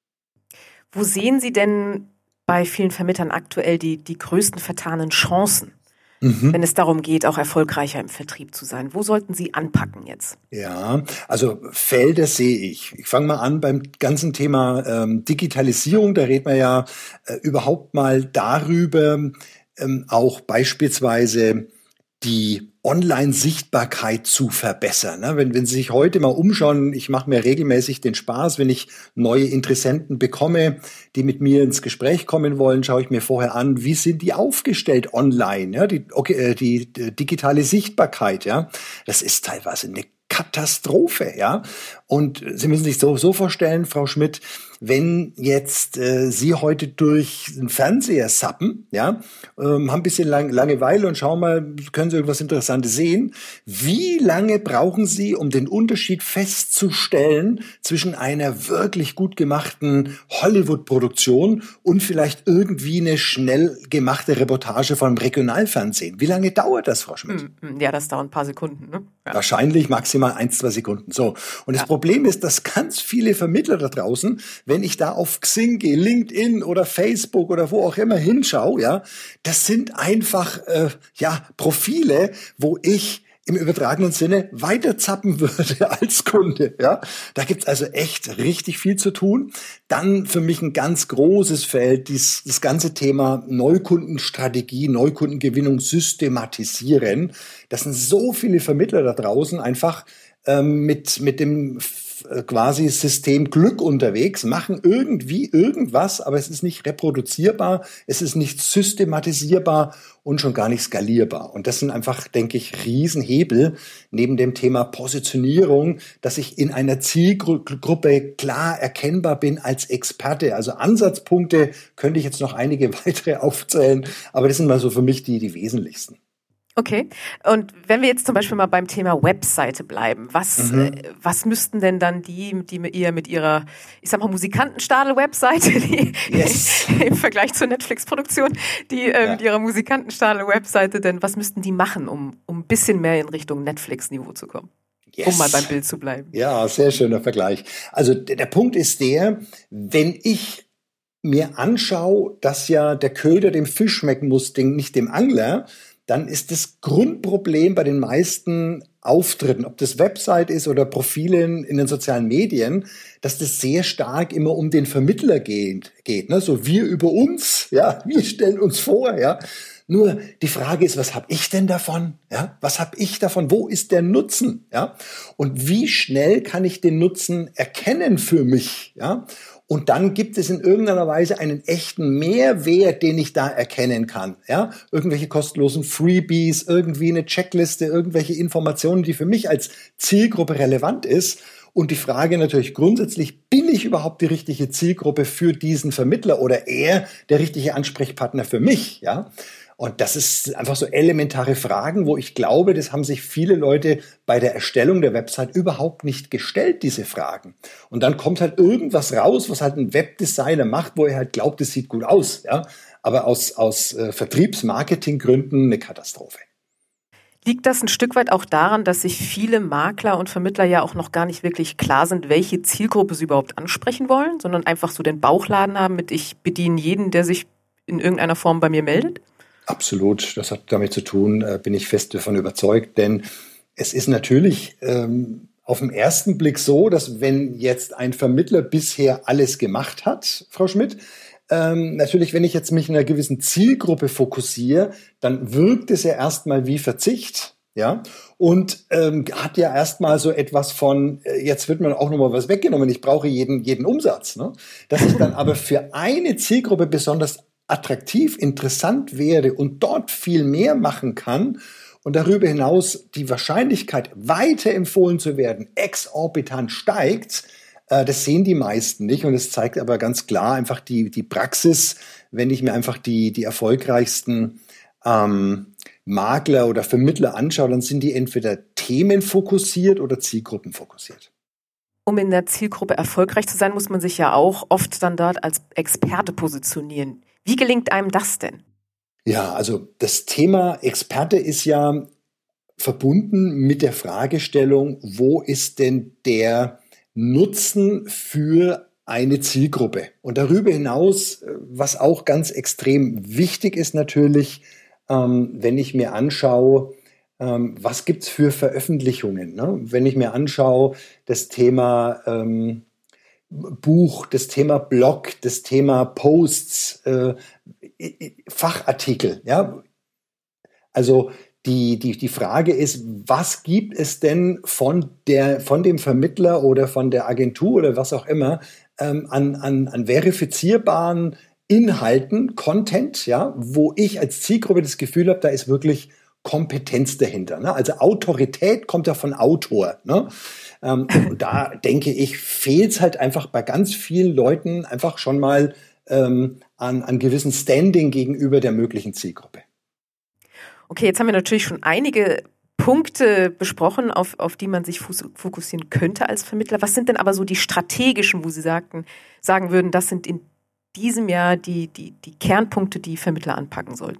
Wo sehen Sie denn bei vielen Vermittlern aktuell die, die größten vertanen Chancen, mhm. wenn es darum geht, auch erfolgreicher im Vertrieb zu sein? Wo sollten Sie anpacken jetzt?
Ja, also Felder sehe ich. Ich fange mal an beim ganzen Thema ähm, Digitalisierung. Da reden wir ja äh, überhaupt mal darüber, ähm, auch beispielsweise die Online-Sichtbarkeit zu verbessern. Ne? Wenn, wenn Sie sich heute mal umschauen, ich mache mir regelmäßig den Spaß, wenn ich neue Interessenten bekomme, die mit mir ins Gespräch kommen wollen, schaue ich mir vorher an, wie sind die aufgestellt online, ja? die, okay, die, die digitale Sichtbarkeit. Ja, das ist teilweise eine Katastrophe, ja. Und Sie müssen sich so, so vorstellen, Frau Schmidt, wenn jetzt äh, Sie heute durch den Fernseher zappen, ja, ähm, haben ein bisschen lang, Langeweile und schauen mal, können Sie irgendwas Interessantes sehen. Wie lange brauchen Sie, um den Unterschied festzustellen zwischen einer wirklich gut gemachten Hollywood-Produktion und vielleicht irgendwie eine schnell gemachte Reportage vom Regionalfernsehen? Wie lange dauert das, Frau Schmidt?
Ja, das dauert ein paar Sekunden, ne? Ja.
Wahrscheinlich maximal ein, zwei Sekunden. So. Und das ja. Problem ist, dass ganz viele Vermittler da draußen, wenn ich da auf Xing gehe, LinkedIn oder Facebook oder wo auch immer hinschaue, ja, das sind einfach, äh, ja, Profile, wo ich im übertragenen Sinne weiterzappen würde als Kunde, ja. Da gibt's also echt richtig viel zu tun. Dann für mich ein ganz großes Feld, dies, das ganze Thema Neukundenstrategie, Neukundengewinnung systematisieren. Das sind so viele Vermittler da draußen einfach ähm, mit, mit dem quasi System Glück unterwegs, machen irgendwie irgendwas, aber es ist nicht reproduzierbar, es ist nicht systematisierbar und schon gar nicht skalierbar. Und das sind einfach, denke ich, Riesenhebel neben dem Thema Positionierung, dass ich in einer Zielgruppe klar erkennbar bin als Experte. Also Ansatzpunkte könnte ich jetzt noch einige weitere aufzählen, aber das sind mal so für mich die, die wesentlichsten.
Okay. Und wenn wir jetzt zum Beispiel mal beim Thema Webseite bleiben, was, mhm. äh, was müssten denn dann die, die ihr mit ihrer, ich sag mal, Musikantenstadel-Webseite, die yes. im Vergleich zur Netflix-Produktion, die äh, ja. mit ihrer Musikantenstadel-Webseite, denn was müssten die machen, um, um ein bisschen mehr in Richtung Netflix-Niveau zu kommen? Yes. Um mal beim Bild zu bleiben.
Ja, sehr schöner Vergleich. Also der, der Punkt ist der, wenn ich mir anschaue, dass ja der Köder dem Fisch schmecken muss, nicht dem Angler, dann ist das Grundproblem bei den meisten Auftritten, ob das Website ist oder Profilen in den sozialen Medien, dass das sehr stark immer um den Vermittler geht, geht, ne? So wir über uns, ja, wir stellen uns vor, ja. Nur die Frage ist, was habe ich denn davon? Ja, was habe ich davon? Wo ist der Nutzen? Ja, und wie schnell kann ich den Nutzen erkennen für mich? Ja. Und dann gibt es in irgendeiner Weise einen echten Mehrwert, den ich da erkennen kann. Ja, irgendwelche kostenlosen Freebies, irgendwie eine Checkliste, irgendwelche Informationen, die für mich als Zielgruppe relevant ist. Und die Frage natürlich grundsätzlich, bin ich überhaupt die richtige Zielgruppe für diesen Vermittler oder eher der richtige Ansprechpartner für mich? Ja. Und das ist einfach so elementare Fragen, wo ich glaube, das haben sich viele Leute bei der Erstellung der Website überhaupt nicht gestellt, diese Fragen. Und dann kommt halt irgendwas raus, was halt ein Webdesigner macht, wo er halt glaubt, es sieht gut aus. Ja? Aber aus, aus äh, Vertriebs-Marketing-Gründen eine Katastrophe.
Liegt das ein Stück weit auch daran, dass sich viele Makler und Vermittler ja auch noch gar nicht wirklich klar sind, welche Zielgruppe sie überhaupt ansprechen wollen, sondern einfach so den Bauchladen haben mit ich bediene jeden, der sich in irgendeiner Form bei mir meldet?
Absolut, das hat damit zu tun, äh, bin ich fest davon überzeugt, denn es ist natürlich ähm, auf den ersten Blick so, dass wenn jetzt ein Vermittler bisher alles gemacht hat, Frau Schmidt, ähm, natürlich, wenn ich jetzt mich in einer gewissen Zielgruppe fokussiere, dann wirkt es ja erstmal wie Verzicht, ja, und ähm, hat ja erstmal so etwas von, äh, jetzt wird mir auch nochmal was weggenommen, ich brauche jeden, jeden Umsatz, ne? Dass ich dann aber für eine Zielgruppe besonders attraktiv, interessant werde und dort viel mehr machen kann und darüber hinaus die Wahrscheinlichkeit, weiterempfohlen zu werden, exorbitant steigt, äh, das sehen die meisten nicht und es zeigt aber ganz klar einfach die, die Praxis, wenn ich mir einfach die, die erfolgreichsten ähm, Makler oder Vermittler anschaue, dann sind die entweder themenfokussiert oder zielgruppenfokussiert.
Um in der Zielgruppe erfolgreich zu sein, muss man sich ja auch oft dann dort als Experte positionieren. Wie gelingt einem das denn?
Ja, also das Thema Experte ist ja verbunden mit der Fragestellung, wo ist denn der Nutzen für eine Zielgruppe? Und darüber hinaus, was auch ganz extrem wichtig ist natürlich, ähm, wenn ich mir anschaue, ähm, was gibt's für Veröffentlichungen? Ne? Wenn ich mir anschaue, das Thema ähm, Buch, das Thema Blog, das Thema Posts, äh, Fachartikel, ja, also Die, die, die Frage ist, was gibt es denn von der, von dem Vermittler oder von der Agentur oder was auch immer ähm, an, an, an verifizierbaren Inhalten, Content, ja, wo ich als Zielgruppe das Gefühl habe, da ist wirklich Kompetenz dahinter. Ne? Also Autorität kommt ja von Autor. Ne? Ähm, und da denke ich, fehlt es halt einfach bei ganz vielen Leuten einfach schon mal ähm, an, an gewissen Standing gegenüber der möglichen Zielgruppe.
Okay, jetzt haben wir natürlich schon einige Punkte besprochen, auf, auf die man sich fokussieren könnte als Vermittler. Was sind denn aber so die strategischen, wo Sie sagten, sagen würden, das sind in diesem Jahr die, die, die Kernpunkte, die Vermittler anpacken sollten?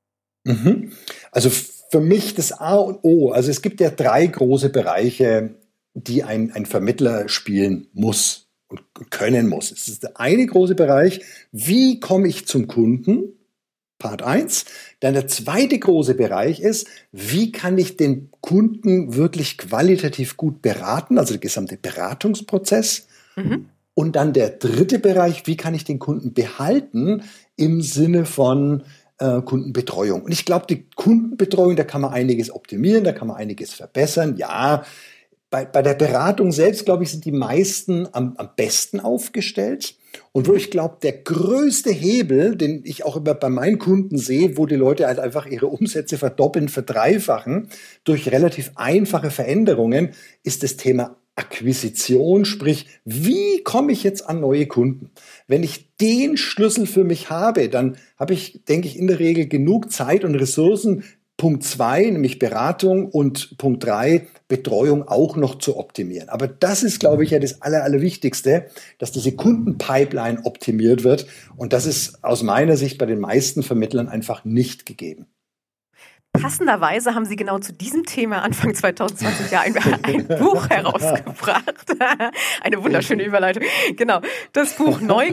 Mhm. Also für mich das A und O, also es gibt ja drei große Bereiche, die ein, ein Vermittler spielen muss und können muss. Es ist der eine große Bereich, wie komme ich zum Kunden? Part eins. Dann der zweite große Bereich ist, wie kann ich den Kunden wirklich qualitativ gut beraten, also der gesamte Beratungsprozess. Mhm. Und dann der dritte Bereich, wie kann ich den Kunden behalten im Sinne von äh, Kundenbetreuung. Und ich glaube, die Kundenbetreuung, da kann man einiges optimieren, da kann man einiges verbessern. Ja, bei, bei der Beratung selbst, glaube ich, sind die meisten am, am besten aufgestellt. Und wo ich glaube, der größte Hebel, den ich auch immer bei meinen Kunden sehe, wo die Leute halt einfach ihre Umsätze verdoppeln, verdreifachen, durch relativ einfache Veränderungen, ist das Thema Akquisition, sprich, wie komme ich jetzt an neue Kunden? Wenn ich den Schlüssel für mich habe, dann habe ich, denke ich, in der Regel genug Zeit und Ressourcen, Punkt zwei, nämlich Beratung, und Punkt drei, Betreuung auch noch zu optimieren. Aber das ist, glaube ich, ja das Aller, Allerwichtigste, dass diese Kundenpipeline optimiert wird. Und das ist aus meiner Sicht bei den meisten Vermittlern einfach nicht gegeben.
Passenderweise haben Sie genau zu diesem Thema Anfang zwanzig zwanzig ja ein, ein Buch herausgebracht. Eine wunderschöne Überleitung. Genau, das Buch Neu,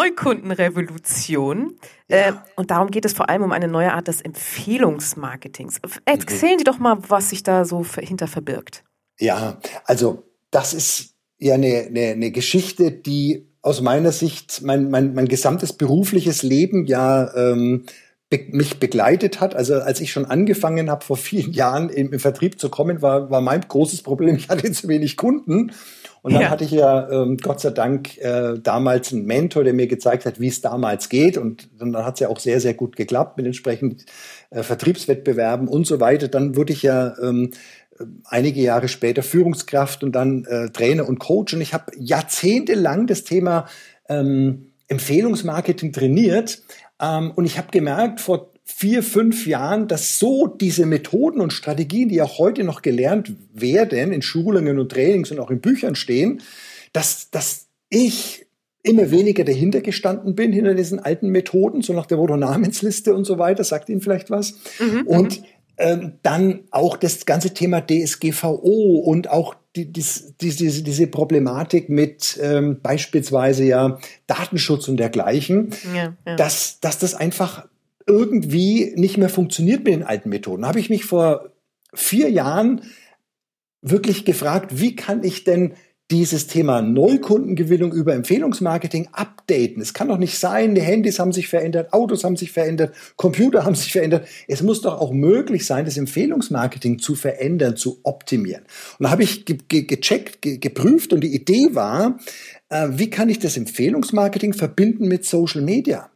Neukundenrevolution. Ja. Äh, und darum geht es vor allem um eine neue Art des Empfehlungsmarketings. Erzählen Sie doch mal, was sich da so hinter verbirgt.
Ja, also das ist ja eine, eine, eine Geschichte, die aus meiner Sicht mein, mein, mein gesamtes berufliches Leben ja ähm, mich begleitet hat. Also als ich schon angefangen habe, vor vielen Jahren im, im Vertrieb zu kommen, war, war mein großes Problem, ich hatte zu wenig Kunden. Und dann ja. hatte ich ja ähm, Gott sei Dank äh, damals einen Mentor, der mir gezeigt hat, wie es damals geht. Und dann, dann hat es ja auch sehr, sehr gut geklappt mit entsprechend äh, Vertriebswettbewerben und so weiter. Dann wurde ich ja ähm, einige Jahre später Führungskraft und dann äh, Trainer und Coach. Und ich habe jahrzehntelang das Thema ähm, Empfehlungsmarketing trainiert. Um, und ich habe gemerkt vor vier, fünf Jahren, dass so diese Methoden und Strategien, die auch heute noch gelernt werden in Schulungen und Trainings und auch in Büchern stehen, dass, dass ich immer weniger dahinter gestanden bin, hinter diesen alten Methoden, so nach der Motto-Namensliste und so weiter, sagt Ihnen vielleicht was. Mhm, und ähm, dann auch das ganze Thema D S G V O und auch Die, dies, diese, diese Problematik mit ähm, beispielsweise ja Datenschutz und dergleichen, ja, ja. Dass, dass das einfach irgendwie nicht mehr funktioniert mit den alten Methoden. Da habe ich mich vor vier Jahren wirklich gefragt, wie kann ich denn dieses Thema Neukundengewinnung über Empfehlungsmarketing updaten. Es kann doch nicht sein, die Handys haben sich verändert, Autos haben sich verändert, Computer haben sich verändert. Es muss doch auch möglich sein, das Empfehlungsmarketing zu verändern, zu optimieren. Und da habe ich ge- ge- gecheckt, ge- geprüft und die Idee war, äh, wie kann ich das Empfehlungsmarketing verbinden mit Social Media?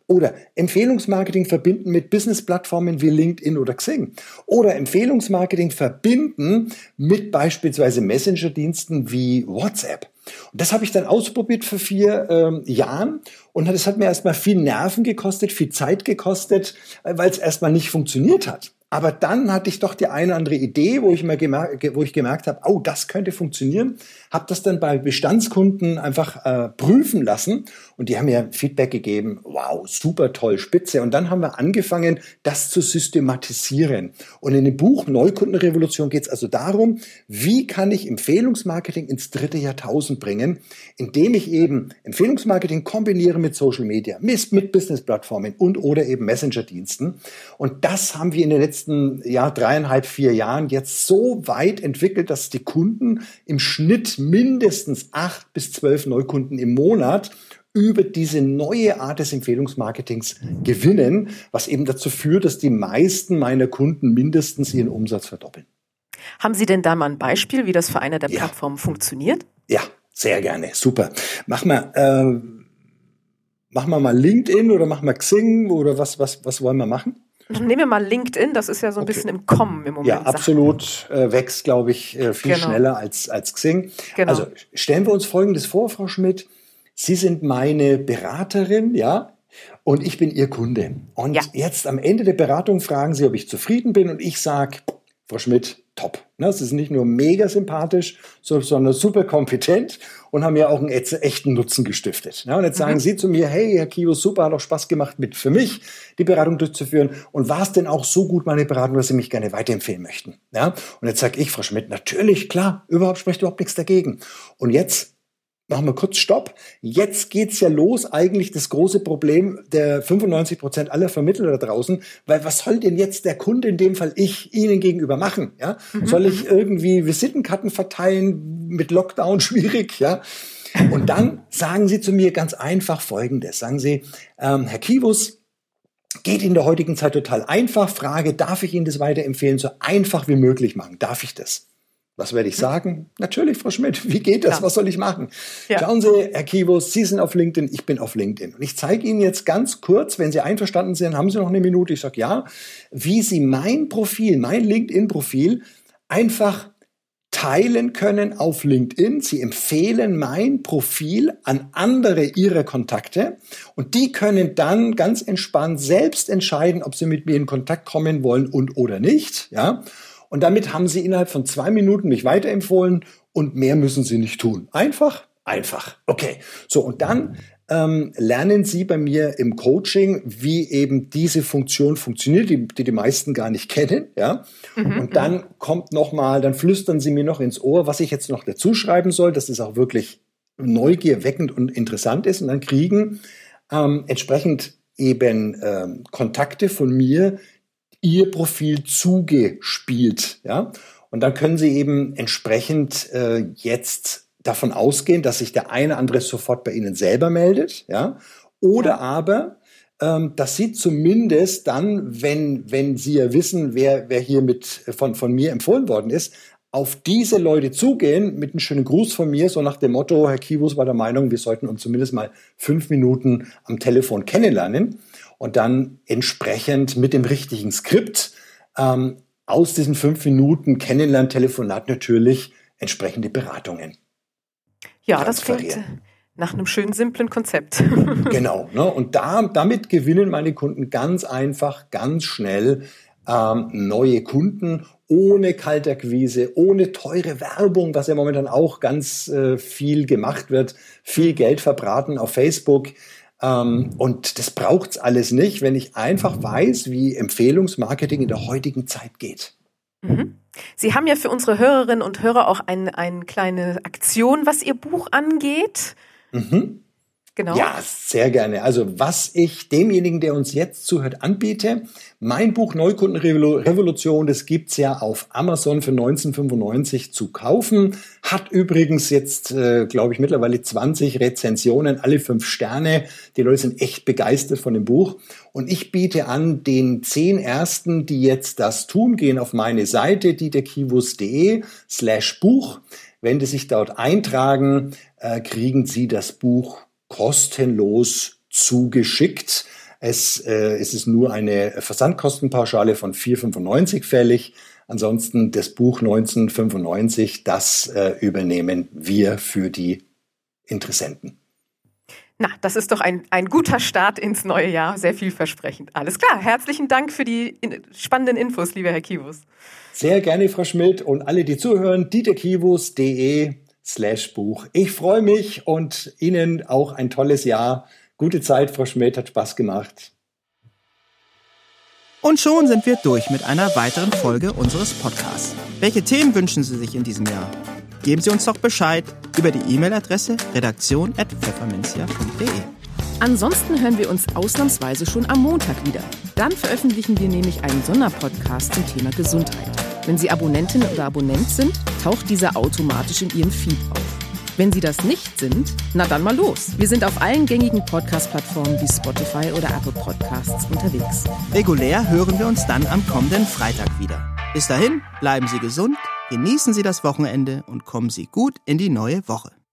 Oder Empfehlungsmarketing verbinden mit Business-Plattformen wie LinkedIn oder Xing. Oder Empfehlungsmarketing verbinden mit beispielsweise Messenger-Diensten wie WhatsApp. Und das habe ich dann ausprobiert vor vier ähm, Jahren und das hat mir erstmal viel Nerven gekostet, viel Zeit gekostet, weil es erstmal nicht funktioniert hat. Aber dann hatte ich doch die eine andere Idee, wo ich mal gemerkt, wo ich gemerkt habe, oh, das könnte funktionieren. Habe das dann bei Bestandskunden einfach äh, prüfen lassen und die haben mir Feedback gegeben. Wow, super toll, spitze. Und dann haben wir angefangen, das zu systematisieren. Und in dem Buch Neukundenrevolution geht es also darum, wie kann ich Empfehlungsmarketing ins dritte Jahrtausend bringen, indem ich eben Empfehlungsmarketing kombiniere mit Social Media, mit, mit Business-Plattformen und oder eben Messenger-Diensten. Und das haben wir in den letzten ja, dreieinhalb, vier Jahren jetzt so weit entwickelt, dass die Kunden im Schnitt mindestens acht bis zwölf Neukunden im Monat über diese neue Art des Empfehlungsmarketings gewinnen, was eben dazu führt, dass die meisten meiner Kunden mindestens ihren Umsatz verdoppeln.
Haben Sie denn da mal ein Beispiel, wie das für eine der
Ja.
Plattformen funktioniert?
Ja, sehr gerne, super. Mach mal, äh, machen wir mal LinkedIn oder machen wir Xing oder was, was, was wollen wir machen?
Nehmen wir mal LinkedIn, das ist ja so ein
Okay.
bisschen im Kommen im Moment.
Ja, absolut. Äh, wächst, glaube ich, äh, viel
Genau.
schneller als, als Xing.
Genau.
Also stellen wir uns Folgendes vor, Frau Schmidt. Sie sind meine Beraterin, ja, und ich bin Ihr Kunde. Und
Ja.
jetzt am Ende der Beratung fragen Sie, ob ich zufrieden bin und ich sage, Frau Schmidt, top. Ne, das ist nicht nur mega sympathisch, so- sondern super kompetent und haben ja auch einen echt- echten Nutzen gestiftet. Ja, und jetzt sagen Sie zu mir, hey, Herr Kivo, super, hat auch Spaß gemacht, mit für mich die Beratung durchzuführen. Und war es denn auch so gut, meine Beratung, dass Sie mich gerne weiterempfehlen möchten? Ja, und jetzt sage ich, Frau Schmidt, natürlich, klar, überhaupt spricht überhaupt nichts dagegen. Und jetzt machen wir kurz Stopp. Jetzt geht's ja los, eigentlich das große Problem der fünfundneunzig Prozent aller Vermittler da draußen, weil was soll denn jetzt der Kunde, in dem Fall ich, Ihnen gegenüber machen? Ja? Soll ich irgendwie Visitenkarten verteilen mit Lockdown? Schwierig, ja? Und dann sagen Sie zu mir ganz einfach Folgendes. Sagen Sie, ähm, Herr Kivus, geht in der heutigen Zeit total einfach. Frage, darf ich Ihnen das weiterempfehlen? So einfach wie möglich machen. Darf ich das? Was werde ich sagen? Natürlich, Frau Schmidt, wie geht das?
Ja.
Was soll ich machen?
Ja.
Schauen Sie, Herr Kivus, Sie sind auf LinkedIn, ich bin auf LinkedIn. Und ich zeige Ihnen jetzt ganz kurz, wenn Sie einverstanden sind, haben Sie noch eine Minute, ich sage ja, wie Sie mein Profil, mein LinkedIn-Profil einfach teilen können auf LinkedIn. Sie empfehlen mein Profil an andere Ihrer Kontakte und die können dann ganz entspannt selbst entscheiden, ob sie mit mir in Kontakt kommen wollen und oder nicht. Ja. Und damit haben Sie innerhalb von zwei Minuten mich weiterempfohlen und mehr müssen Sie nicht tun. Einfach, einfach. Okay. So, und dann ähm, lernen Sie bei mir im Coaching, wie eben diese Funktion funktioniert, die die, die meisten gar nicht kennen. Ja. Mhm, und dann kommt noch mal, dann flüstern Sie mir noch ins Ohr, was ich jetzt noch dazu schreiben soll, dass es auch wirklich neugierweckend und interessant ist. Und dann kriegen ähm, entsprechend eben ähm, Kontakte von mir Ihr Profil zugespielt, ja, und dann können Sie eben entsprechend äh, jetzt davon ausgehen, dass sich der eine andere sofort bei Ihnen selber meldet, ja, oder ja. aber, ähm, dass Sie zumindest dann, wenn wenn Sie ja wissen, wer wer hier mit von von mir empfohlen worden ist, auf diese Leute zugehen mit einem schönen Gruß von mir, so nach dem Motto, Herr Kivus war der Meinung, wir sollten uns zumindest mal fünf Minuten am Telefon kennenlernen. Und dann entsprechend mit dem richtigen Skript ähm, aus diesen fünf Minuten Kennenlern-Telefonat natürlich entsprechende Beratungen.
Ja, das klingt nach einem schönen, simplen Konzept.
Genau. Ne? Und da, damit gewinnen meine Kunden ganz einfach, ganz schnell ähm, neue Kunden ohne Kaltakquise, ohne teure Werbung, was ja momentan auch ganz äh, viel gemacht wird, viel Geld verbraten auf Facebook. Ähm, und das braucht's alles nicht, wenn ich einfach weiß, wie Empfehlungsmarketing in der heutigen Zeit geht.
Mhm. Sie haben ja für unsere Hörerinnen und Hörer auch ein, eine kleine Aktion, was Ihr Buch angeht.
Mhm.
Genau.
Ja, sehr gerne. Also was ich demjenigen, der uns jetzt zuhört, anbiete, mein Buch Neukundenrevolution, das gibt's ja auf Amazon für neunzehn fünfundneunzig zu kaufen. Hat übrigens jetzt, äh, glaube ich, mittlerweile zwanzig Rezensionen, alle fünf Sterne. Die Leute sind echt begeistert von dem Buch. Und ich biete an, den zehn Ersten, die jetzt das tun, gehen auf meine Seite, dieterkivus.de slash Buch. Wenn die sich dort eintragen, äh, kriegen sie das Buch kostenlos zugeschickt. Es, äh, es ist nur eine Versandkostenpauschale von vier Euro fünfundneunzig fällig. Ansonsten das Buch neunzehnhundertfünfundneunzig, das äh, übernehmen wir für die Interessenten.
Na, das ist doch ein, ein guter Start ins neue Jahr, sehr vielversprechend. Alles klar, herzlichen Dank für die in, spannenden Infos, lieber Herr Kivus.
Sehr gerne, Frau Schmidt, und alle, die zuhören, dieterkivus.de slash Buch. Ich freue mich und Ihnen auch ein tolles Jahr. Gute Zeit, Frau Schmidt, hat Spaß gemacht.
Und schon sind wir durch mit einer weiteren Folge unseres Podcasts. Welche Themen wünschen Sie sich in diesem Jahr? Geben Sie uns doch Bescheid über die E-Mail-Adresse redaktion at pfefferminzia punkt de.
Ansonsten hören wir uns ausnahmsweise schon am Montag wieder. Dann veröffentlichen wir nämlich einen Sonderpodcast zum Thema Gesundheit. Wenn Sie Abonnentin oder Abonnent sind, taucht dieser automatisch in Ihrem Feed auf. Wenn Sie das nicht sind, na dann mal los. Wir sind auf allen gängigen Podcast-Plattformen wie Spotify oder Apple Podcasts unterwegs.
Regulär hören wir uns dann am kommenden Freitag wieder. Bis dahin, bleiben Sie gesund, genießen Sie das Wochenende und kommen Sie gut in die neue Woche.